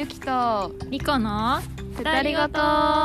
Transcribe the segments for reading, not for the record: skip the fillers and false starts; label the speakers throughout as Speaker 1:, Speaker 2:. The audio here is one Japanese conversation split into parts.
Speaker 1: ゆきと
Speaker 2: リコの
Speaker 1: 二人ごと。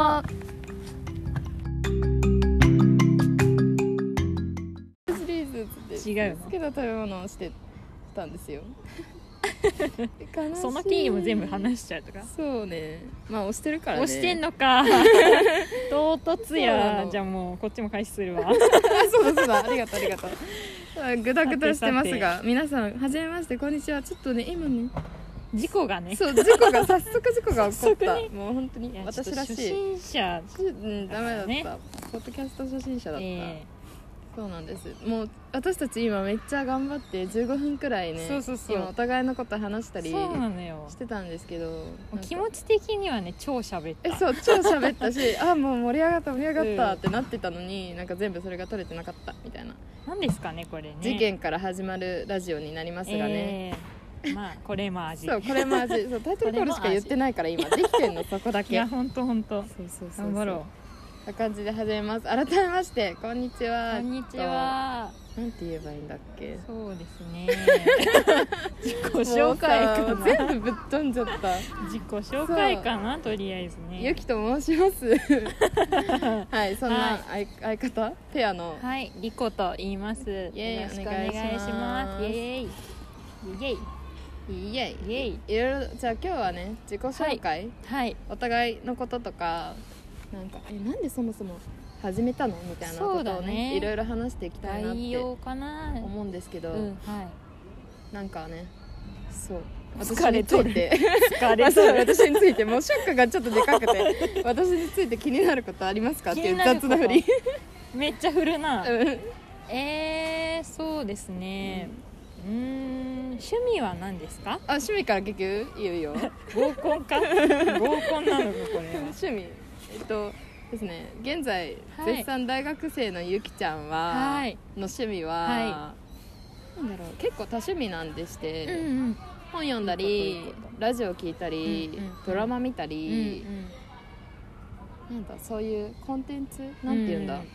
Speaker 1: シリーズって
Speaker 2: 違うの
Speaker 1: 好きな食べ物をしてたんですよ悲しい。
Speaker 2: その経緯も全部話しちゃうとか。
Speaker 1: そうね、まあ押してるからね。
Speaker 2: 押してんのか唐突
Speaker 1: そうな
Speaker 2: や。
Speaker 1: の
Speaker 2: じゃあもうこっちも開始するわ
Speaker 1: そうだありがとうぐだぐだしてますが、皆さんはじめまして、こんにちは。ちょっとね今ね
Speaker 2: 事故がね。
Speaker 1: そう早速事故が起こった、
Speaker 2: 早速ね。
Speaker 1: もう本当に
Speaker 2: いや
Speaker 1: 私らしい。
Speaker 2: 初心者、
Speaker 1: ダメだった、
Speaker 2: ね
Speaker 1: ポッドキャスト初心者だった、そうなんです。もう私たち今めっちゃ頑張って15分くらいね、
Speaker 2: そう
Speaker 1: 今お互いのこと話したり
Speaker 2: そうなのよ。
Speaker 1: してたんですけど、
Speaker 2: 気持ち的にはね超喋った。
Speaker 1: そう超喋ったしもう盛り上がったってなってたのに、なんか全部それが取れてなかったみたいな、
Speaker 2: なんですかねこれね。
Speaker 1: 事件から始まるラジオになりますがね、
Speaker 2: まあこれも味。
Speaker 1: そうこれも味。そうタイトルコールしか言ってないから今できてんのそこだけ。
Speaker 2: いやほんと
Speaker 1: そう
Speaker 2: 頑張ろう。
Speaker 1: な感じで始めます。改めましてこんにちは。
Speaker 2: こんにちは。
Speaker 1: なんて言えばいいんだっけ。
Speaker 2: そうですね自己紹介かな。
Speaker 1: 全部ぶっ飛んじゃった。
Speaker 2: 自己紹介かな、とりあえずね。
Speaker 1: ゆきと申しますはい、そんな相方ペアの、
Speaker 2: はいリコと言います。よ
Speaker 1: イエーイ
Speaker 2: ろしくお願いします。イエーイイエーイ
Speaker 1: イエイ
Speaker 2: イエイ。
Speaker 1: いろいろ。じゃあ今日はね自己紹介、
Speaker 2: はい
Speaker 1: お互いのこととか、なんかなんでそもそも始めたのみたいなことを
Speaker 2: そうだね
Speaker 1: いろいろ話していきたいなって
Speaker 2: 概要かな。
Speaker 1: 思うんですけど、
Speaker 2: はい
Speaker 1: なんかね、そう
Speaker 2: 疲れとる疲れ
Speaker 1: そう
Speaker 2: とる。
Speaker 1: 私についてもうショックがちょっとでかくて私について気になることありますかっていう
Speaker 2: 気になること
Speaker 1: 雑な振り
Speaker 2: めっちゃ振るな。
Speaker 1: うん
Speaker 2: そうですね。趣味は何ですか？
Speaker 1: 趣味から結局言うよ
Speaker 2: 合コンか合コンなのかこれは。
Speaker 1: 趣味ですね、現在、
Speaker 2: はい
Speaker 1: 絶賛大学生のゆきちゃんは、
Speaker 2: はい
Speaker 1: の趣味は、
Speaker 2: は
Speaker 1: なんだろう、結構多趣味なんでして、
Speaker 2: うん
Speaker 1: 本読んだ
Speaker 2: いい
Speaker 1: り
Speaker 2: こと
Speaker 1: ラジオ聞いたり、
Speaker 2: うんうん
Speaker 1: ドラマ見た
Speaker 2: うん
Speaker 1: り、なんだそういうコンテンツなんて言うんだ、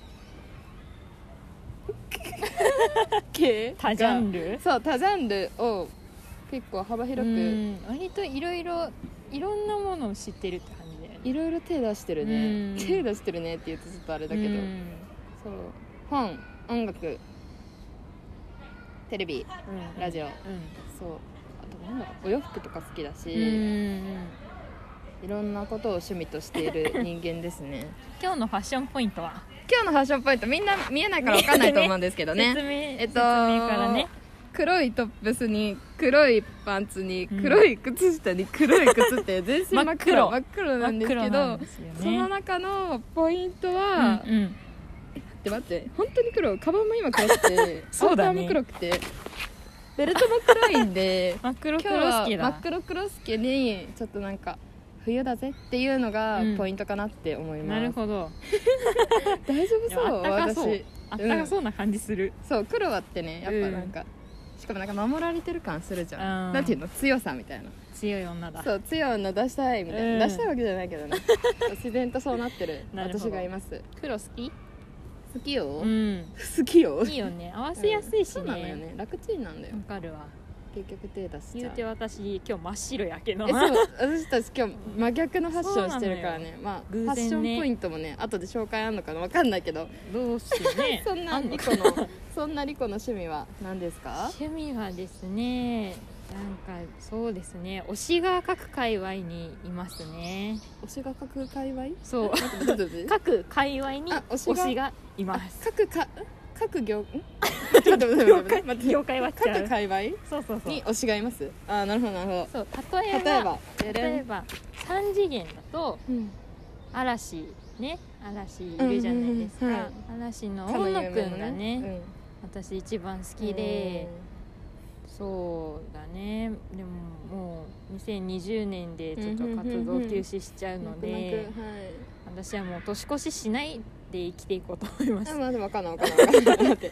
Speaker 1: 系
Speaker 2: 多ジャンル。
Speaker 1: そう多ジャンルを結構幅広く
Speaker 2: 割といろんなものを知ってるって感じだよね。
Speaker 1: いろいろ手出してるね、
Speaker 2: うん
Speaker 1: 手出してるねって言うとちょっとあれだけど、そう本、音楽、テレビ、ラジオ、そうあとなんだろう、お洋服とか好きだし、いろんなことを趣味としている人間ですね
Speaker 2: 今日のファッションポイントは？
Speaker 1: 今日のファッションポイントみんな見えないから分かんないと思うんですけどね
Speaker 2: 説明からね。
Speaker 1: 黒いトップスに黒いパンツに黒い靴下に黒い靴って全身真っ黒
Speaker 2: 真っ
Speaker 1: なんですけ
Speaker 2: 真っ黒な
Speaker 1: ど、
Speaker 2: んですよね。
Speaker 1: その中のポイントは、待って本当に黒、カバンも今黒くて
Speaker 2: そうだね
Speaker 1: アウターも黒くてベルトも黒いんで
Speaker 2: 真っ黒
Speaker 1: 今日は
Speaker 2: 黒好きだ。
Speaker 1: 真っ黒黒助にちょっとなんか冬だぜっていうのが
Speaker 2: うん
Speaker 1: ポイントかなって思います、
Speaker 2: なるほど。
Speaker 1: 大丈夫そう
Speaker 2: でもあったかそう
Speaker 1: 私
Speaker 2: あったかそうな感じする。
Speaker 1: そう黒はってねやっぱなんか、しかもなんか守られてる感するじゃん、
Speaker 2: うん
Speaker 1: なんていうの、強さみたいな。
Speaker 2: 強い女だ。
Speaker 1: そう強い女出したいみたいな、出したいわけじゃないけどね自然とそうなってる
Speaker 2: なるほど
Speaker 1: 私がいます。
Speaker 2: 黒好き？
Speaker 1: 好きよ、
Speaker 2: うん。
Speaker 1: 好きよ、
Speaker 2: いいよね。合わせやすいし
Speaker 1: そうなのよ
Speaker 2: ね。
Speaker 1: ね、楽ちんなんだよ、
Speaker 2: わかるわ。
Speaker 1: 結局手出しちゃう。
Speaker 2: 言うて私今日真っ白やけど
Speaker 1: そう
Speaker 2: な。
Speaker 1: 私たち今日真逆のファッションしてるからね、まあ
Speaker 2: 偶然ね
Speaker 1: ファッションポイントもね後で紹介あんのかな分かんないけど
Speaker 2: どうしてね。
Speaker 1: そんな
Speaker 2: あんの
Speaker 1: リコのそんなリコの趣味は何ですか？
Speaker 2: 趣味はですね、なんかそうですね、推しが各界隈にいますね。
Speaker 1: 推しが書く界隈？
Speaker 2: そう
Speaker 1: 待って待って待って
Speaker 2: 各界隈に
Speaker 1: あ推しが
Speaker 2: 推しがいます。
Speaker 1: 各業待って待って
Speaker 2: 業界は違う。
Speaker 1: 各界隈
Speaker 2: そうそうそう。
Speaker 1: に推しがいます。なるほどなるほ
Speaker 2: そう
Speaker 1: ど。
Speaker 2: 例えば3次元だと
Speaker 1: うん
Speaker 2: 嵐ね、嵐いるじゃないですか、
Speaker 1: うんうんうんはい
Speaker 2: 嵐の
Speaker 1: かの
Speaker 2: 大野
Speaker 1: 有名な
Speaker 2: くんがね、私一番好きで、そうだね。でももう2020年でちょっと活動休止しちゃうので、私はもう年越ししないで生きていこうと思います。
Speaker 1: 待って分かんない待って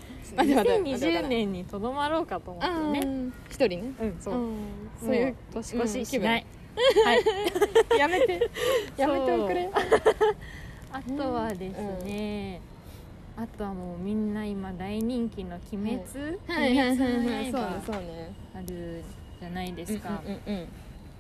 Speaker 2: 2020年にとどまろうかと思ってね。
Speaker 1: 一人ね、
Speaker 2: そう。
Speaker 1: そういう
Speaker 2: 年越ししない。
Speaker 1: はい、やめておくれ。
Speaker 2: あとはですね、あとはもうみんな今大人気の鬼滅の刃
Speaker 1: そうね
Speaker 2: あるじゃないですか。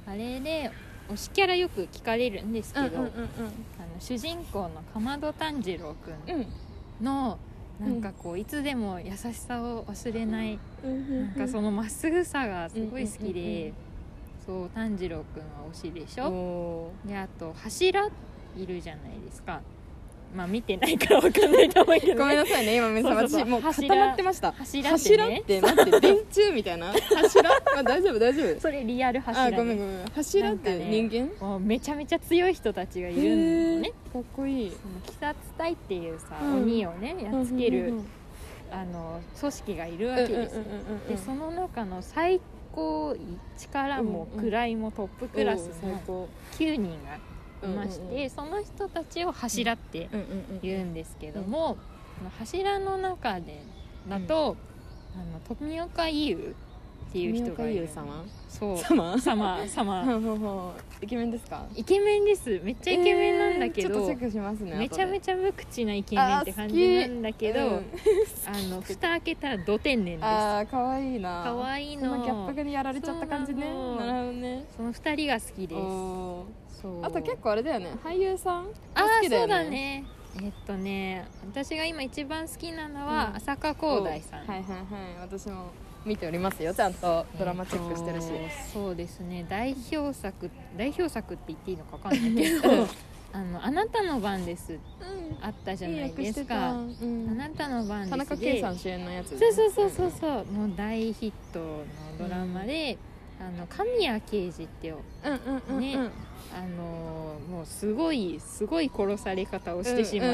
Speaker 2: あれで推しキャラよく聞かれるんですけど、主人公のかまど炭治郎くんの、なんかこういつでも優しさを忘れない、なんかそのまっすぐさがすごい好きで、そう炭治郎くんは推しでしょ。であと柱いるじゃないですか。まあ見てないから分かんないと思うけど、ね、
Speaker 1: ごめんなさいね今私もう固まってました。
Speaker 2: 柱
Speaker 1: って待って電柱みたいな柱あ大丈夫
Speaker 2: それリアル柱、ね、
Speaker 1: あごめん柱って人間、
Speaker 2: ね、もうめちゃめちゃ強い人たちがいるんだね。
Speaker 1: かっこいい。
Speaker 2: 鬼殺隊っていうさ、鬼をねやっつける、組織がいるわけですよ。でその中の最高力も位もトップクラスの9人がいまして、その人たちを柱って言うんですけども、柱の中でだと、富岡義勇っていう人がいる。そう様イケメンですか？イケメンです。めっちゃイケメンなんだけど、
Speaker 1: ちょっとチェックしますね。
Speaker 2: めちゃめちゃ無口なイケメンって感じなんだけど、蓋開けたらド天然です。
Speaker 1: あーかわいいな。
Speaker 2: かわいいの。
Speaker 1: そのギャップにやられちゃった感じね。なるほどね。
Speaker 2: その2人が好きです。
Speaker 1: そうあと結構あれだよね、俳優さん好きだよね。
Speaker 2: そうだね。私が今一番好きなのは浅香光大さん。
Speaker 1: はい私も見ておりますよ。ちゃんとドラマチェックしてるし、
Speaker 2: そうですね。代表作って言っていいのか分かんないけどあなたの番です、あったじゃないですか。あなたの番ですで田中圭さん主演のやつ、そうもう大ヒットのドラマで、神谷刑事ってよ、ね、もうすごい殺され方をしてしまった、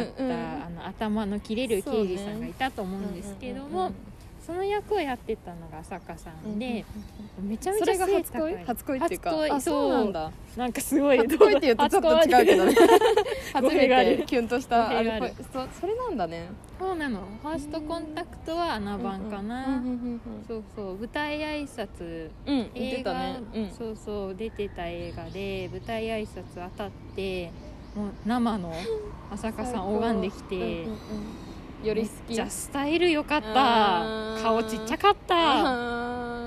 Speaker 2: 頭の切れる刑事さんがいたと思うんですけども、その役をやってたのが浅香さんで、めちゃめちゃ背高い。
Speaker 1: 初恋っていうか、
Speaker 2: 初恋。
Speaker 1: そうなんだ。
Speaker 2: なんかすごい
Speaker 1: 初恋って言うとちょっと違うけどね初めてキュンとした
Speaker 2: あれ
Speaker 1: それなんだね。
Speaker 2: そうなの。ファーストコンタクトは穴番かな。そう舞台挨拶、映画、そう出てた映画で舞台挨拶当たって、もう生の浅香さん拝んできて、
Speaker 1: より好き。
Speaker 2: じゃスタイル良かった、顔ちっちゃかった、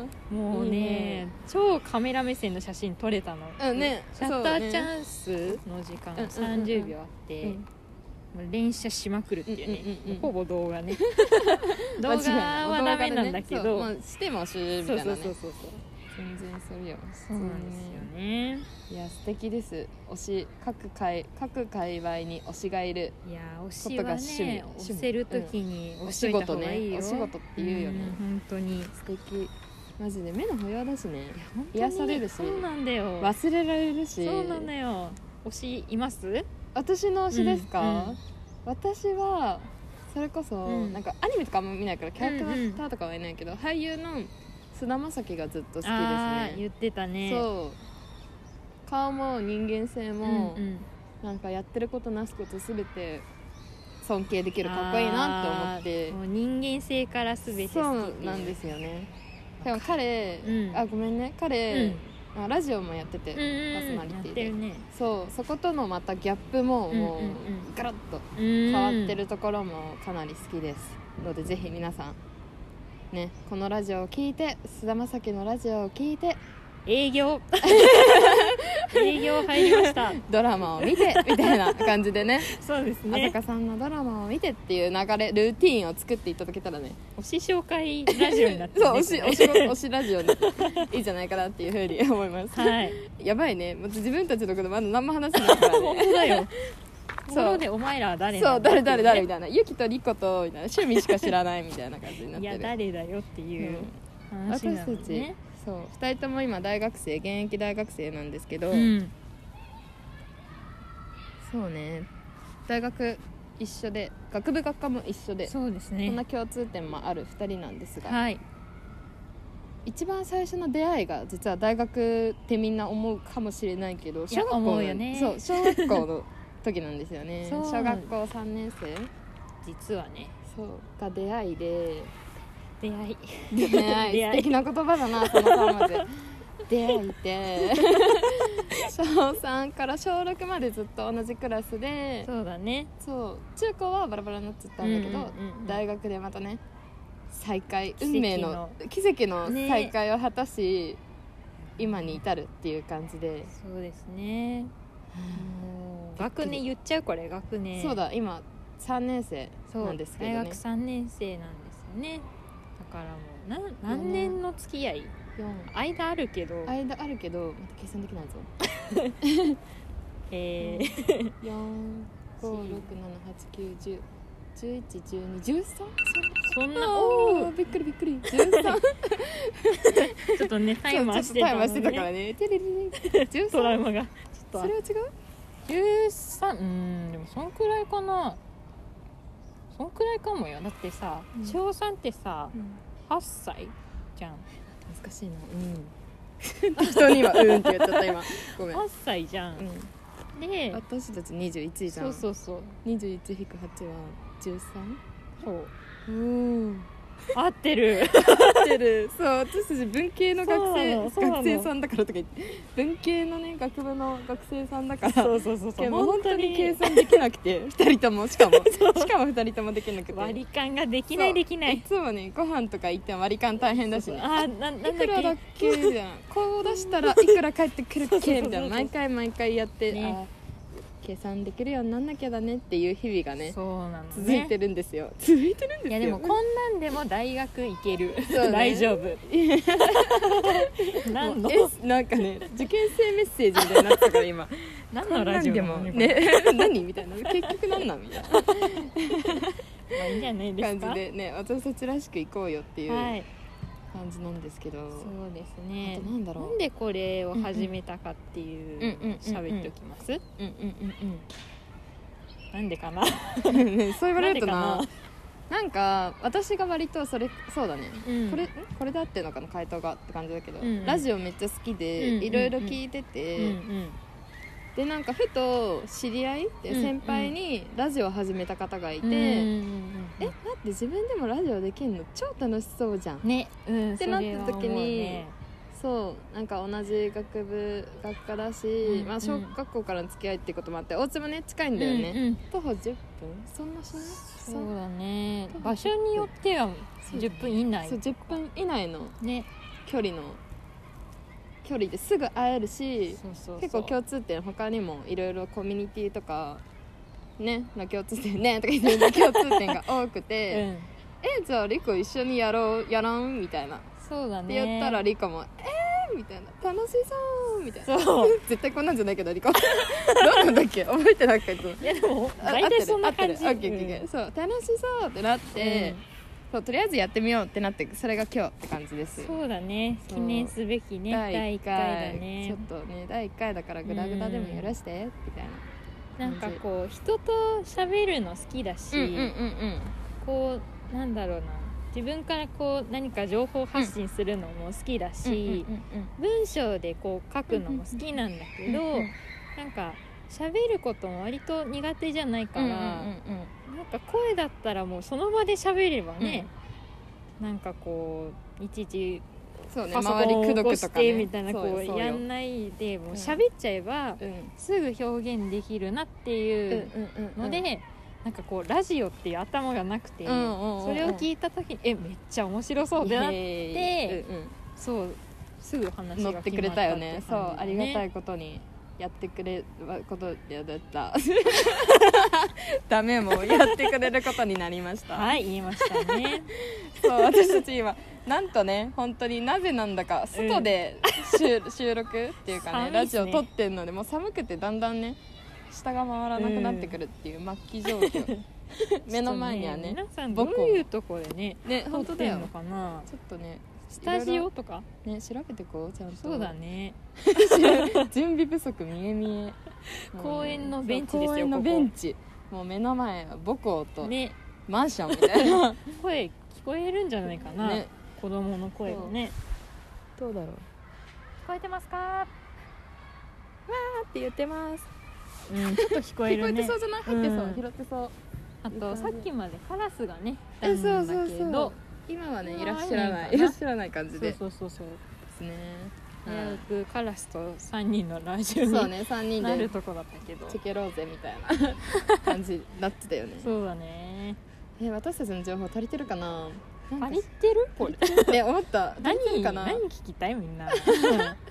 Speaker 2: もうね、超カメラ目線の写真撮れたの、シャッターチャンスの時間30秒あって、もう連写しまくるっていうね、ほぼ動画ね動画はダメなんだけど、
Speaker 1: してもしみたいなね。そう全然それよ。
Speaker 2: そうなんですよね。
Speaker 1: いや素敵です。推し各界隈に推しがいる。
Speaker 2: いや推しはね、推せるときに推しといた方がいいよ。
Speaker 1: お仕事って言うよね。
Speaker 2: 本当に
Speaker 1: 素敵。マジで目の保養だしね。癒されるし。
Speaker 2: そうなんだよ。
Speaker 1: 忘れられるし。
Speaker 2: そうなのよ。推しいます？
Speaker 1: 私の推しですか？私はそれこそなんかアニメとかあんま見ないからキャラクターとかはいないけど、俳優の菅田将暉がずっと好きですね。
Speaker 2: 言ってたね。
Speaker 1: そう顔も人間性も、なんかやってることなすことすべて尊敬できる、かっこいいなって思って。
Speaker 2: もう人間性からすべて好き。
Speaker 1: そうなんですよね。でも彼、ごめんね、彼、ラジオもやってて、パーソナリティで、そことのまたギャップももうガラッと変わってるところもかなり好きですので、ぜひ皆さんね、このラジオを聞いて、菅田将暉のラジオを聞いて
Speaker 2: 営業入りました
Speaker 1: ドラマを見てみたいな感じでね
Speaker 2: そうですね、
Speaker 1: 浅香さんのドラマを見てっていう流れ、ルーティーンを作っていただけたらね、
Speaker 2: 推し紹介ラジオになってる、ね、
Speaker 1: そう推しラジオにいいんじゃないかなっていうふうに思います、
Speaker 2: はい、
Speaker 1: やばいね、自分たちのことまだ何も話してないからね
Speaker 2: 本当だよそうでお前らは誰
Speaker 1: なんだ、そう誰みたいな、ユキとリコとみたいな、趣味しか知らないみたいな感じになってる。
Speaker 2: いや誰だよっていう話なのね、
Speaker 1: 私たちそう2人とも今現役大学生なんですけど、そうね、大学一緒で学部学科も一緒で、
Speaker 2: そうですね、
Speaker 1: そんな共通点もある2人なんですが、
Speaker 2: はい、
Speaker 1: 一番最初の出会いが実は大学ってみんな思うかもしれないけど、小学校よね、そう小学校の時なんですよね小学校3年生
Speaker 2: 実はね、
Speaker 1: そうが出会いで
Speaker 2: 出会い
Speaker 1: 素敵な言葉だな、その3まで出会いで小3から小6までずっと同じクラスで、
Speaker 2: そうだね、
Speaker 1: そう中高はバラバラになっちゃったんだけど、大学でまたね再会、運命の奇跡の再会を果たし、 今に至るっていう感じで。
Speaker 2: そうですね。もう学年言っちゃう、これ学年。
Speaker 1: そうだ、今3年生なんですけどね。
Speaker 2: 大学3年生なんですよね。だからもう何年の付き合い、間あるけど
Speaker 1: また計算できないぞ。4、5、6、7、8、9、10、11、12、13？
Speaker 2: そんな。
Speaker 1: おー、びっくり13。
Speaker 2: ちょっとねタイマーしてた
Speaker 1: からね。13。
Speaker 2: トラウマがちょっと。
Speaker 1: それは違う
Speaker 2: ？13？でもそんくらいかな。そんくらいかもよ。だってさ、小3ってさ、8歳じゃん。
Speaker 1: 難しいな。人にはって言っちゃった今。ごめん。
Speaker 2: 8歳じゃん。で
Speaker 1: 私たち21じゃん。
Speaker 2: そう
Speaker 1: 21-8は13？
Speaker 2: そう 。 合ってる。
Speaker 1: そう、私たち文系の学生さんだからとか言って、文系のね学部の学生さんだから、
Speaker 2: そう
Speaker 1: もう本当に計算できなくて2人ともしかも2人ともできなくて、
Speaker 2: 割り勘ができない。
Speaker 1: いつもねご飯とか行っても割り勘大変だしね。
Speaker 2: なんだっけ、
Speaker 1: いくらだっけみたいな、こう出したらいくら返ってくるっけみたいな、毎回やって、ね、計算できるようになんなきゃだねっていう日々がね、
Speaker 2: そうなのね、
Speaker 1: 続いてるんですよ。
Speaker 2: いやでもこんなんでも大学行ける、ね、大丈夫。
Speaker 1: なんかね受験生メッセージみたいになってたから今。
Speaker 2: 何のラジオ
Speaker 1: でもね何みたいな、結局何なんみたいな。ま
Speaker 2: あいいんじゃないですか。
Speaker 1: 感じでね、私たちらしく行こうよっていう感じなんですけど、
Speaker 2: そうですね。
Speaker 1: あとなんだろう、
Speaker 2: なんでこれを始めたかっていう喋っておきます。なんでかな。
Speaker 1: そう言われるとなんか私が割とそうだね、これで合ってるのかな回答がって感じだけど、ラジオめっちゃ好きでいろいろ聞いてて、でなんかふと知り合いで先輩にラジオを始めた方がいて、待って自分でもラジオできるの超楽しそうじゃん
Speaker 2: ね、
Speaker 1: ってなった時に、そうなんか同じ学科だし、小学校からの付き合いっていうこともあってお家もね近いんだよね、徒歩10分そんなしない？
Speaker 2: そうだね、場所によっては10分以内、
Speaker 1: そう10分以内の
Speaker 2: ね
Speaker 1: 距離ですぐ会えるし、結構共通点他にもいろいろコミュニティとかねの共通点ねとか言って共通点が多くて、じゃあリコ一緒にやらんみたいな、
Speaker 2: そうだね
Speaker 1: って言ったらリコもみたいな、楽しそうみたいな、そう絶対こんなんじゃないけどリコどうなんだっけ覚えてなくて、い
Speaker 2: やでも大体そんな感じ、
Speaker 1: そう楽しそうってなって、そうとりあえずやってみようってなって、それが今日って感じです。
Speaker 2: そうだね、記念すべきね第1回だね。
Speaker 1: ちょっとね第1回だからグダグダでも許してみたい
Speaker 2: な、なんかこう人と喋るの好きだし、こうなんだろうな、自分からこう何か情報発信するのも好きだし、文章でこう書くのも好きなんだけど、なんか喋ることも割と苦手じゃないから、なんか声だったらもうその場で喋ればね、なんかこういちいちパソコンを起こしてみたいなこうやんないでもう喋っちゃえばすぐ表現できるなっていうので、なんかこうラジオっていう頭がなくて、それを聞いた時にめっちゃ面白そうってなって、そうすぐ話が
Speaker 1: 乗ってくれたよね。そうありがたいことにやってくれることやったダメ、もうやってくれることになりました。
Speaker 2: はい、言いましたね。
Speaker 1: そう私たち今なんとね、本当になぜなんだか外で収録っていうかねラジオ撮ってんので、もう寒くてだんだんね下が回らなくなってくるっていう末期状況目の前にはね、
Speaker 2: 皆さんどういうとこでね
Speaker 1: 撮ってんの
Speaker 2: かな。
Speaker 1: ちょっとね
Speaker 2: スタジオとか
Speaker 1: ね調べてこうちゃんと。
Speaker 2: そうだね
Speaker 1: 準備不足見え見え
Speaker 2: 公園のベンチですよ。
Speaker 1: 公園のベンチ、もう目の前は母校とマンションみたいな、
Speaker 2: 声聞こえるんじゃないかな、子供の声がね。
Speaker 1: どうだろう、聞
Speaker 2: こえてますか？
Speaker 1: わーって言ってます。
Speaker 2: ちょっと聞こえるね。
Speaker 1: 聞こえてそうじゃない？入ってそう、拾ってそう。
Speaker 2: あとさっきまでカラスがねいたんだけど、
Speaker 1: 今はねいらっしゃらない感じで。そうですね。
Speaker 2: 早くカラスと3人のラジオになるとこだったけど、
Speaker 1: チェケろうぜみたいな感じになってたよね。
Speaker 2: そうだね。
Speaker 1: 私たちの情報足りてるかな？
Speaker 2: 足りてる？これ
Speaker 1: ね思った。
Speaker 2: 何聞きたいみんな。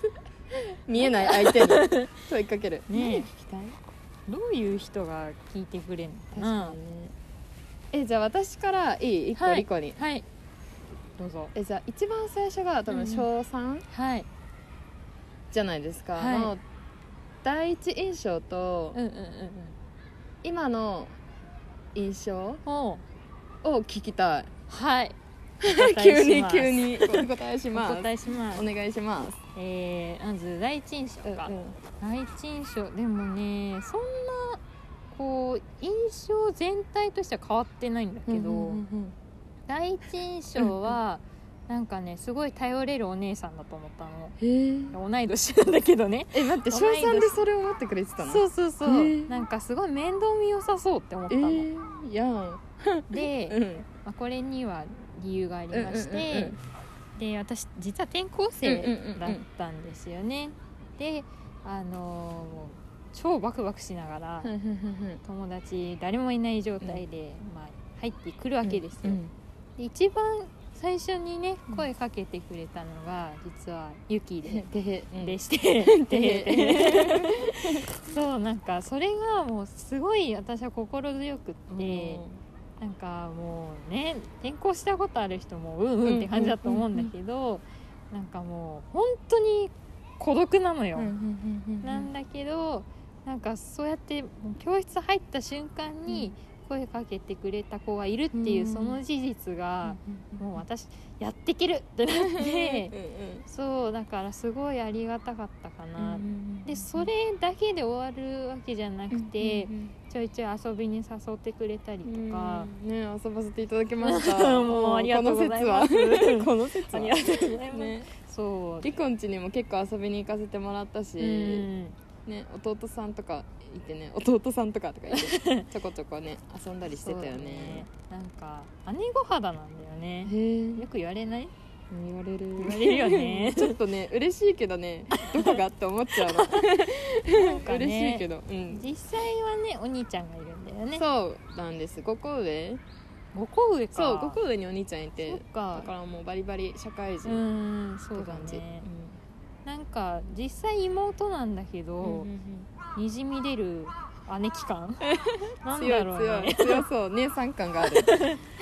Speaker 1: 見えない相手に問いかける
Speaker 2: ねえ
Speaker 1: 聞きたい？
Speaker 2: どういう人が聞いてくれるのかな。
Speaker 1: 確かにね。じゃあ私からいい？一個リコに。
Speaker 2: はいどうぞ。
Speaker 1: じゃあ一番最初が多分小3、
Speaker 2: はい
Speaker 1: じゃないですか、
Speaker 2: はい
Speaker 1: の第一印象と、今の印象
Speaker 2: お
Speaker 1: を聞きたい。
Speaker 2: はい
Speaker 1: 急にお答えします。
Speaker 2: お答えします
Speaker 1: お願いします。
Speaker 2: まず第一印象か、第一印象でもねそんなこう印象全体としては変わってないんだけど、第一印象はなんかねすごい頼れるお姉さんだと思ったの。
Speaker 1: へ
Speaker 2: 同い年なんだけどね。
Speaker 1: 待って、小3でそれを思ってくれてたの？
Speaker 2: そうなんかすごい面倒見良さそうって思ったの、
Speaker 1: いやん
Speaker 2: で、これには理由がありまして、で私実は転校生だったんですよね、で超バクバクしながら友達誰もいない状態で、入ってくるわけですよ、で一番最初にね声かけてくれたのが実はユキでしてそうなんかそれがもうすごい私は心強くって、なんかもうね転校したことある人もって感じだと思うんだけど、なんかもう本当に孤独なのよ、なんだけどなんかそうやって教室入った瞬間に声かけてくれた子がいるっていうその事実がもう私やっていけるってなってそうだからすごいありがたかったかな。でそれだけで終わるわけじゃなくてちょいちょい遊びに誘ってくれたりとか
Speaker 1: ね、遊ばせていただきました
Speaker 2: もうありがとうございます
Speaker 1: この説は
Speaker 2: ありがとうございます、
Speaker 1: ね、
Speaker 2: そう
Speaker 1: リコんちにも結構遊びに行かせてもらったし、ね、弟さんとかいてね弟さんとか言ってちょこちょこね遊んだりしてたよ ね
Speaker 2: なんか姉御肌なんだよね。よく言われない？
Speaker 1: 言われ
Speaker 2: るよね
Speaker 1: ちょっとね嬉しいけどねどこがって思っちゃうのなんか、ね、嬉しいけど、
Speaker 2: 実際はねお兄ちゃんがいるんだよね。
Speaker 1: そうなんです。5個上
Speaker 2: か。
Speaker 1: そう5個上にお兄ちゃんいて、
Speaker 2: だ
Speaker 1: からもうバリバリ社会人って感じ。
Speaker 2: なんか実際妹なんだけど、にじみ出る姉貴感なんだろうね
Speaker 1: 強そう姉さん感があるで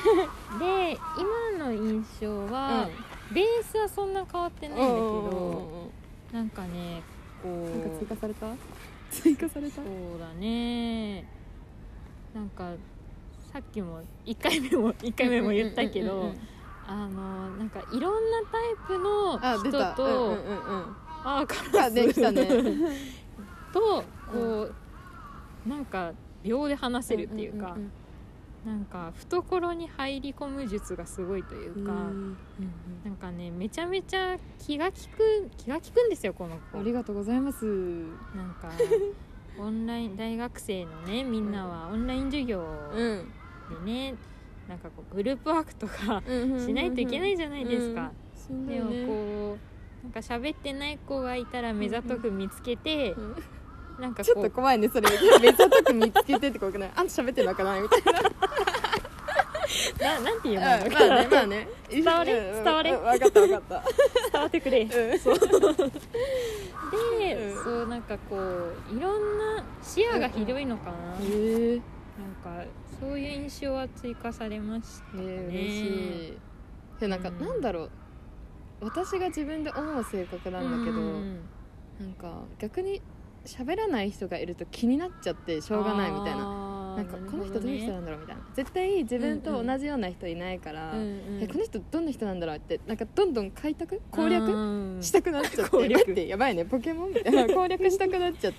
Speaker 2: 今の印象は、ベースはそんな変わってないんだけど、なんかねこう
Speaker 1: なんか追加された
Speaker 2: そうだね。なんかさっきも1回目も言ったけどなんかいろんなタイプの人と
Speaker 1: カできたね
Speaker 2: とこうなんか秒で話せるっていうか、なんか懐に入り込む術がすごいというか、なんかねめちゃめちゃ気が利くんですよこの子。
Speaker 1: ありがとうございます。
Speaker 2: なんかオンライン大学生のねみんなはオンライン授業でね、なんかこうグループワークとかしないといけないじゃないですか、でもこうなんか喋ってない子がいたら目ざとく見つけて、なんかこう
Speaker 1: ちょっと怖いねそれ目ざとく見つけてって怖くない？あんた喋ってんのかなみたいな
Speaker 2: なんて言うの？
Speaker 1: まあね
Speaker 2: 伝われ
Speaker 1: 分かった伝
Speaker 2: わってくれ、そうで、そうなんかこういろんな視野が広いのかな、なんかそういう印象は追加されましたね。
Speaker 1: 嬉しい。でなんかなんだろう、私が自分で思う性格なんだけど、なんか逆に喋らない人がいると気になっちゃってしょうがないみたいな。なんかこの人どういう人なんだろうみたいな、絶対自分と同じような人いないから、この人どんな人なんだろうってなんかどんどん攻略したくなっちゃって、待ってやばいねポケモンみたいな攻略したくなっちゃって、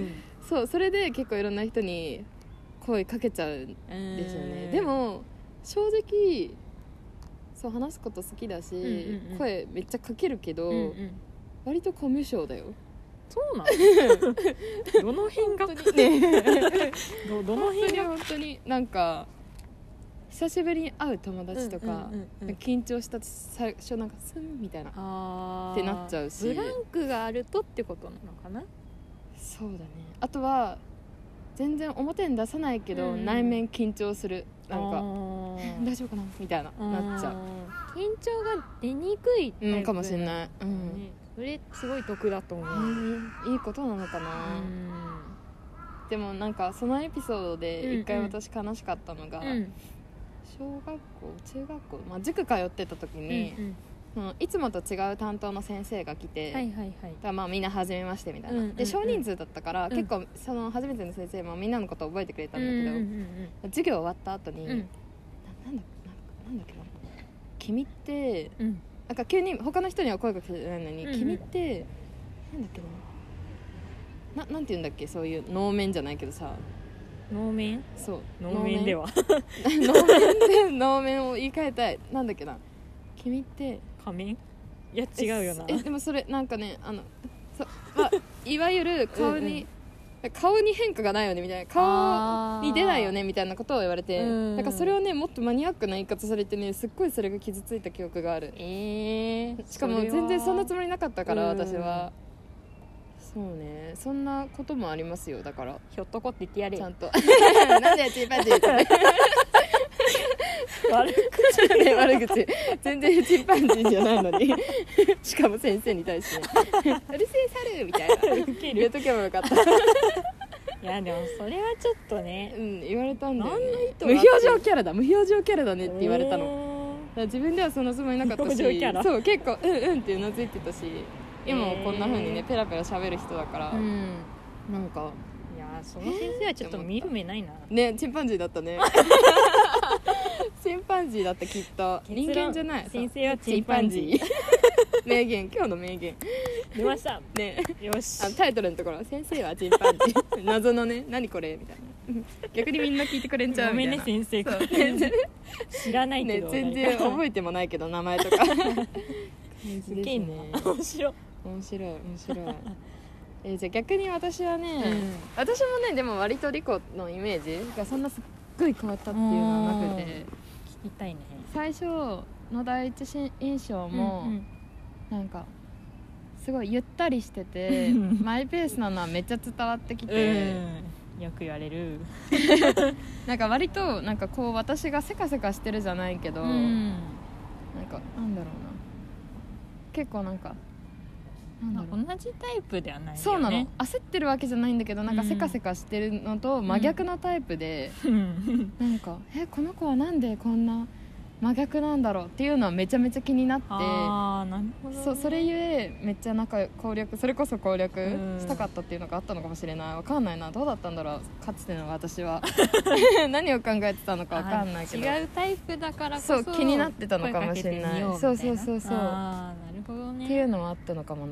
Speaker 1: それで結構いろんな人に声かけちゃうんですよね。でも正直そう話すこと好きだし、声めっちゃかけるけど、割とコミュ障だよ。
Speaker 2: そうなのどの辺がねどの辺が
Speaker 1: 本当になんか久しぶりに会う友達とか、緊張した最初なんかスンみたいなってなっちゃうし、
Speaker 2: ブランクがあるとってことなのかな。
Speaker 1: そうだね。あとは全然表に出さないけど、内面緊張する、なんか大丈夫かなみたいななっちゃう。
Speaker 2: 緊張が出にくいタイプ
Speaker 1: かもしれない、
Speaker 2: それすごい得だと思う、
Speaker 1: いいことなのかな。でもなんかそのエピソードで一回私悲しかったのが、小学校中学校、塾通ってた時に、いつもと違う担当の先生が来て、だからみんな初めましてみたいな、で少人数だったから、結構その初めての先生もみんなのことを覚えてくれたんだけど、授業終わった後に、なんだっけな、君って、なんか急に他の人には声かけてないのに、君ってなんだっけな、なんて言うんだっけ、そういう能面じゃないけどさ、
Speaker 2: 能面、
Speaker 1: そう
Speaker 2: 能面では
Speaker 1: 能面を言い換えたい、なんだっけな、君って
Speaker 2: 仮面、いや違うよな。
Speaker 1: でもそれなんかね、いわゆる顔に顔に変化がないよねみたいな、顔に出ないよねみたいなことを言われて、なんかそれをねもっとマニアックな言い方されてね、すっごいそれが傷ついた記憶がある。しかも全然そんなつもりなかったから、私は。そうね、そんなこともありますよ。だから
Speaker 2: ひょっとこって言ってやれ
Speaker 1: ちゃんとなんでチンパンジーって悪口全然チンパンジーじゃないのにしかも先生に対してうるせえ猿みたいな言うとけばよかった
Speaker 2: いやでもそれはちょっとね、
Speaker 1: 言われたんだよね。
Speaker 2: 何の意図
Speaker 1: 無表情キャラだ、無表情キャラだねって言われたの。だから自分ではそのつもりなかったし、そう結構ってうなずいてたし、今もこんな風にねペラペラ喋る人だから、なんか
Speaker 2: いやその先生はちょっと見る目ないな、
Speaker 1: ね、チンパンジーだったねチンパンジーだったきっと。人間じゃない、
Speaker 2: 先生はチンパンジー
Speaker 1: 名言、今日の名言
Speaker 2: 出ました
Speaker 1: ね。
Speaker 2: よし、
Speaker 1: タイトルのところ、先生はチンパンジー謎のね、何これみたいな逆にみんな聞いてくれんちゃうみたいな。
Speaker 2: ごめんね先生知らないけど、
Speaker 1: 全然覚えてもないけど名前とか
Speaker 2: すげえね、面白い
Speaker 1: じゃあ逆に私はね、私もねでも割とリコのイメージがそんなすっごい変わったっていうのはなくて、
Speaker 2: 聞きたいね。
Speaker 1: 最初の第一印象も、なんかすごいゆったりしててマイペースなのはめっちゃ伝わってきて、
Speaker 2: よく言われる
Speaker 1: なんか割となんかこう私がせかせかしてるじゃないけど、なんかなんだろうな、結構なんか
Speaker 2: 同じタイプではないよね。
Speaker 1: そうなの、焦ってるわけじゃないんだけど、なんかせかせかしてるのと真逆のタイプで、なんかこの子はなんでこんな真逆なんだろうっていうのはめちゃめちゃ気になって、
Speaker 2: なるほど、ね、
Speaker 1: それゆえめっちゃそれこそ攻略したかったっていうのがあったのかもしれない。わかんないな、どうだったんだろう、かつての私は何を考えてたのかわかんないけど、
Speaker 2: 違うタイプだからこそ
Speaker 1: 気になってたのかもしれない。そうなる
Speaker 2: ほどね
Speaker 1: っていうのはあったのかもな。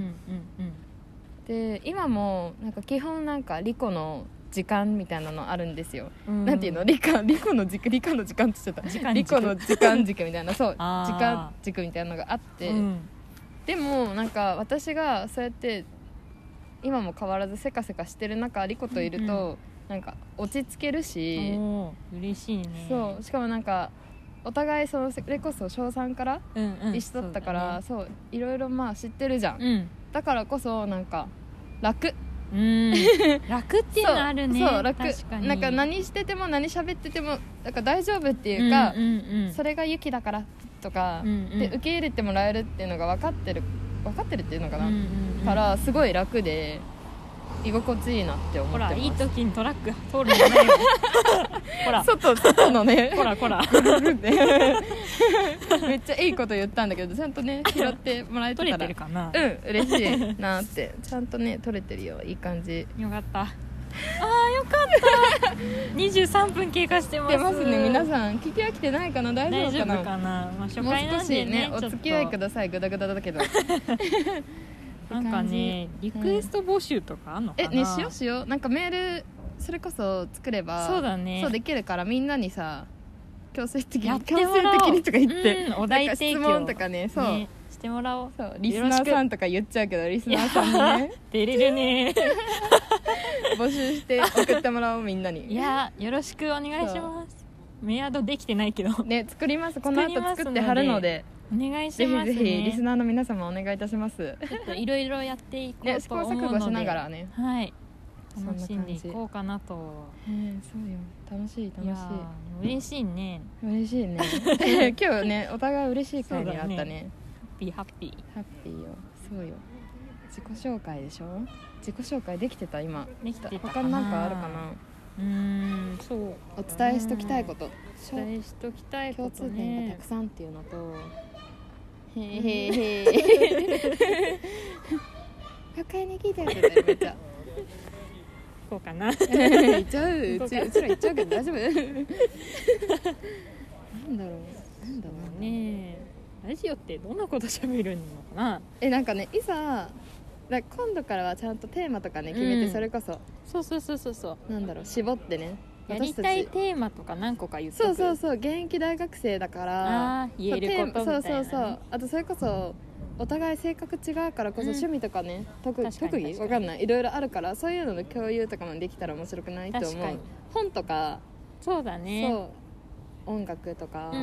Speaker 1: で今もなんか基本なんかリコの時間みたいなのあるんですよ、なんていうの、リコの時間って言っちゃったリコの時間軸みたいなそう時間軸みたいなのがあって、でもなんか私がそうやって今も変わらずせかせかしてる中、リコといると、なんか落ち着けるし、
Speaker 2: 嬉しいね。
Speaker 1: そうしかもなんかお互いそれこそ小3から一緒だったから、そういろいろ知ってるじゃん、だからこそなんか楽
Speaker 2: 楽っていうのあるね。
Speaker 1: そう楽、
Speaker 2: 確かに
Speaker 1: なんか何してても何喋っててもなんか大丈夫っていうか、それがユキだからとか、で受け入れてもらえるっていうのが分かってるっていうのかな、からすごい楽で居心地いいなって思ってます。
Speaker 2: ほらいい時にトラック通るんじゃないよほら
Speaker 1: 外のね
Speaker 2: ほら
Speaker 1: めっちゃいいこと言ったんだけど、ちゃんとね拾ってもらえてたら
Speaker 2: 撮れてるかな。
Speaker 1: 嬉しいなってちゃんとね撮れてるよ、いい感じ。
Speaker 2: よかった、よかった23分経過してます。
Speaker 1: 出ますね。皆さん聞き飽きてないかな、大丈夫かな。
Speaker 2: 初回なんでね、
Speaker 1: もう少しねお付き合いください。グダグダだけど
Speaker 2: なんかねリクエスト募集とかあんのかな。
Speaker 1: ねしようなんかメールそれこそ作れば
Speaker 2: そうだね、
Speaker 1: そうできるから、みんなにさ強制的にとか言って、
Speaker 2: お題提供
Speaker 1: 質問とかね、そう、
Speaker 2: ね、してもらおう。
Speaker 1: そうリスナーさんとか言っちゃうけど、リスナーさんにね
Speaker 2: 照れるね
Speaker 1: 募集して送ってもらおうみんなに。
Speaker 2: いやよろしくお願いします。メアドできてないけど
Speaker 1: ね、作ります。この後作って貼るので
Speaker 2: お願いしますね。
Speaker 1: ぜひリスナーの皆様お願いいたします。
Speaker 2: いろいろやっていこうと思うので、
Speaker 1: 試行錯誤しながらね、
Speaker 2: はい、楽しんでいこうかなと。
Speaker 1: そうよ、楽しい。
Speaker 2: 嬉しいね。
Speaker 1: 嬉しいね今日ねお互い嬉しい回になったね。ハッ
Speaker 2: ピーハッピー
Speaker 1: ハッピーよ。そうよ、自己紹介でしょ。自己紹介できてた？今
Speaker 2: できてたかな。
Speaker 1: 他に何かあるかな。
Speaker 2: そう
Speaker 1: お伝えしときたいこと、
Speaker 2: お伝えしときたいこ
Speaker 1: 共
Speaker 2: と
Speaker 1: 通点が
Speaker 2: ね
Speaker 1: たくさんっていうのと、へーへーへー他に聞いてるってめっちゃ
Speaker 2: こうかな
Speaker 1: 言っちゃう、うちら言っちゃうけど大丈夫なんだろう
Speaker 2: ね。ラジオってどんなこと喋るのかな。
Speaker 1: なんかね、いざだ今度からはちゃんとテーマとかね決めて、それこそ
Speaker 2: そう
Speaker 1: なんだろう、絞ってね、
Speaker 2: やりたいテーマとか何個か言ってく。
Speaker 1: そう現役大学生だから
Speaker 2: 言えることみたいな、ね、
Speaker 1: そうあとそれこそお互い性格違うからこそ趣味とかね、特技わかんない、いろいろあるから、そういうのの共有とかもできたら面白くないと思う。本とか
Speaker 2: そうだね、
Speaker 1: そう音楽とか、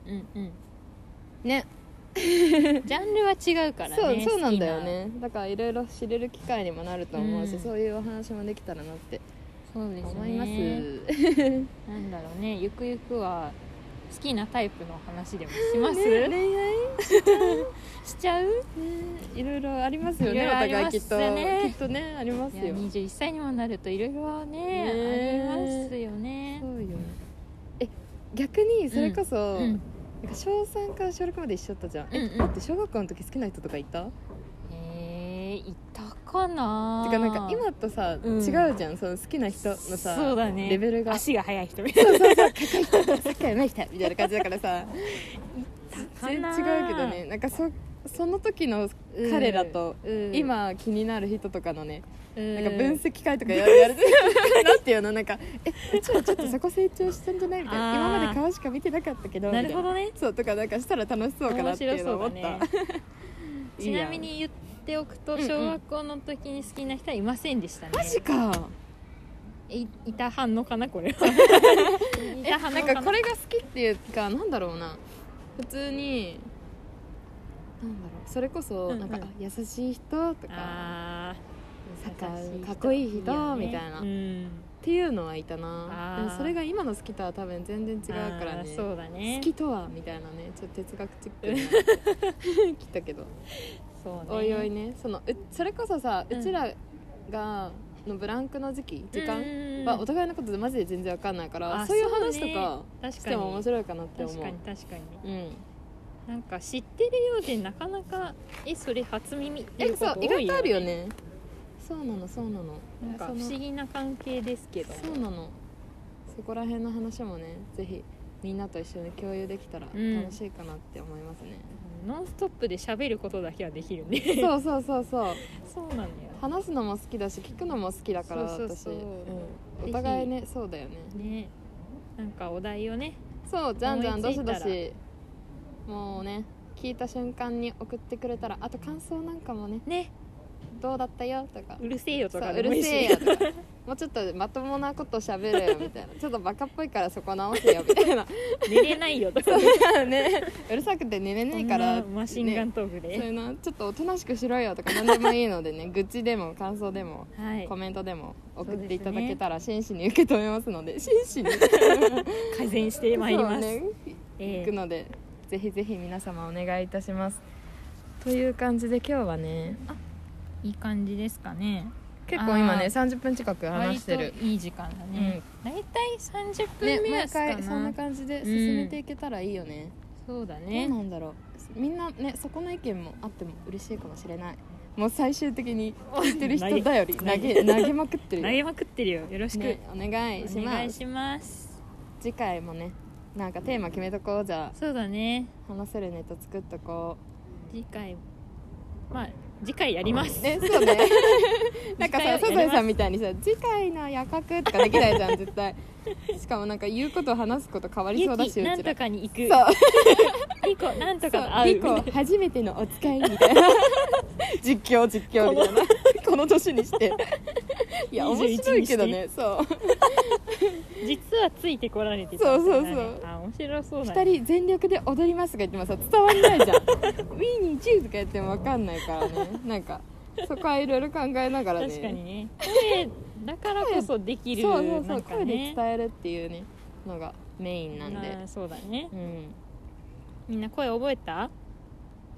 Speaker 1: ね
Speaker 2: ジャンルは違うからね。
Speaker 1: そうなんだよね。だからいろいろ知れる機会にもなると思うし、そういうお話もできたらなって
Speaker 2: そうですね
Speaker 1: 思います。
Speaker 2: なんだろうね、ゆくゆくは好きなタイプの話でもします、
Speaker 1: 恋愛
Speaker 2: しちゃう、
Speaker 1: いろいろありますよね、お互いきっとねありますよ。
Speaker 2: 21歳にもなるといろいろねありますよね。
Speaker 1: そうよ。逆にそれこそ、なんか小3から小6まで一緒だったじゃん。だって小学校の時好きな人とかいた？
Speaker 2: いたかな。
Speaker 1: てかなんか今とさ、違うじゃん、その好きな人のさ、
Speaker 2: そうだね、
Speaker 1: レベルが。
Speaker 2: 足が速い人みたいな、
Speaker 1: そうかっこいい人、サッカー上手い人みたいな感じだからさ全然違うけどね、なんかその時の彼らと、今気になる人とかのね、なんか分析会とかやるなんていうの、なんかうちらちょっとそこ成長したんじゃないみたいな、今まで顔しか見てなかったけど、
Speaker 2: なるほどね、
Speaker 1: そうとかなんかしたら楽しそうかなっていうのを思った、
Speaker 2: ちなみに言っておくと、小学校の時に好きな人はいませんでしたね。
Speaker 1: マジか。
Speaker 2: いた反応かなこれはいた反応かな。
Speaker 1: なんかこれが好きっていうか、なんだろうな、普通になんだろう、それこそなんか、優しい人とかかっこいい人みたいな、っていうのはいたな。でもそれが今の好きとは多分全然違うからね。
Speaker 2: そうだね、
Speaker 1: 好きとはみたいなね、ちょっと哲学チックに来たけど
Speaker 2: そうね、
Speaker 1: おいおいね、それこそさ、うちらがのブランクの時間はお互いのことでマジで全然わかんないから、そういう話とかしても面白いかなって思う。
Speaker 2: 確かに、なんか知ってるようでなかなかそれ初耳っていうこと多いよね。
Speaker 1: 意外とあるよね。そうなの
Speaker 2: なんか不思議な関係ですけど、
Speaker 1: そうなの。そこら辺の話もね、ぜひみんなと一緒に共有できたら楽しいかなって思いますね。
Speaker 2: ノンストップで喋ることだけはできるね。
Speaker 1: そう
Speaker 2: そうなんだよ。
Speaker 1: 話すのも好きだし聞くのも好きだから、私お互いね、そうだよね。
Speaker 2: なんかお題をね、
Speaker 1: そうじゃんじゃんどしどしもうね、聞いた瞬間に送ってくれたら、あと感想なんかもねどうだったよとか、
Speaker 2: うるせえよとか
Speaker 1: でもいいし、うるせえよとかもうちょっとまともなこと喋るよみたいな、ちょっとバカっぽいからそこ直せよみたいな
Speaker 2: 寝れないよとか
Speaker 1: ね、うるさくて寝れないから
Speaker 2: マシンガントークで、
Speaker 1: そういうのちょっとおとなしくしろよとか何でもいいのでね愚痴でも感想でも、コメントでも送っていただけたら真摯に受け止めますので、真摯に
Speaker 2: 改善してまいります、
Speaker 1: いくので、ぜひぜひ皆様お願いいたします。という感じで今日はね、
Speaker 2: いい感じですかね。
Speaker 1: 結構今ね30分近く話してる。
Speaker 2: 割といい時間だね。だいたい30分目安かな、
Speaker 1: 毎回そんな感じで進めていけたらいいよね。
Speaker 2: そうだね。
Speaker 1: どうなんだろう、みんなね、そこの意見もあっても嬉しいかもしれない。もう最終的に聞いてる人だより投げまくってるよ。
Speaker 2: 投げまくってるよ。よろしく、
Speaker 1: お願いします。次回もね、なんかテーマ決めとこう。じゃあ
Speaker 2: そうだね、
Speaker 1: 話せるネタ作っとこう。
Speaker 2: 次回やります。
Speaker 1: そうねなんかさ、サザエさんみたいにさ、次回の予告とかできないじゃん絶対。しかもなんか言うこと話すこと変わりそうだし、うちら
Speaker 2: なんとかに行く、
Speaker 1: そう
Speaker 2: リコなんとかと会う、
Speaker 1: リコ初めてのお使いみたいな実況みたいなこの年にしていや面白いけどね。そう
Speaker 2: 実はついてこられてた、
Speaker 1: そう
Speaker 2: 面白そうだね。
Speaker 1: 2人全力で踊りますとか言ってもさ伝わんないじゃんウィニーチューとかやっても分かんないからね。なんかそこはいろいろ考えながらね。
Speaker 2: 確かにね、声だからこそできる、
Speaker 1: そう、
Speaker 2: なんかね、
Speaker 1: 声で伝えるっていうねのがメインなんで。
Speaker 2: そうだね、
Speaker 1: うん、
Speaker 2: みんな声覚えた？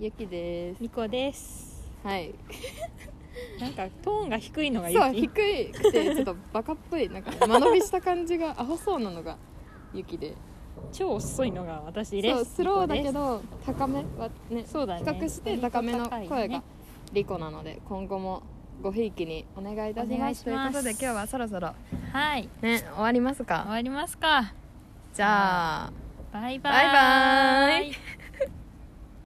Speaker 1: ゆきです。
Speaker 2: みこです。
Speaker 1: はい。
Speaker 2: なんかトーンが低いのがゆき。
Speaker 1: そう低くてちょっとバカっぽいなんか間延びした感じがアホそうなのがゆきで、
Speaker 2: 超遅いのが私です。
Speaker 1: そうスローだけど高めはね、
Speaker 2: そうだね、
Speaker 1: 比較して高めの声がリコなので、今後もごひいきにお願いいたします。ということで今日はそろそろ
Speaker 2: はい
Speaker 1: ね終わりますか。
Speaker 2: 終わりますか。
Speaker 1: じゃあ
Speaker 2: バイバイ。
Speaker 1: バイバイ。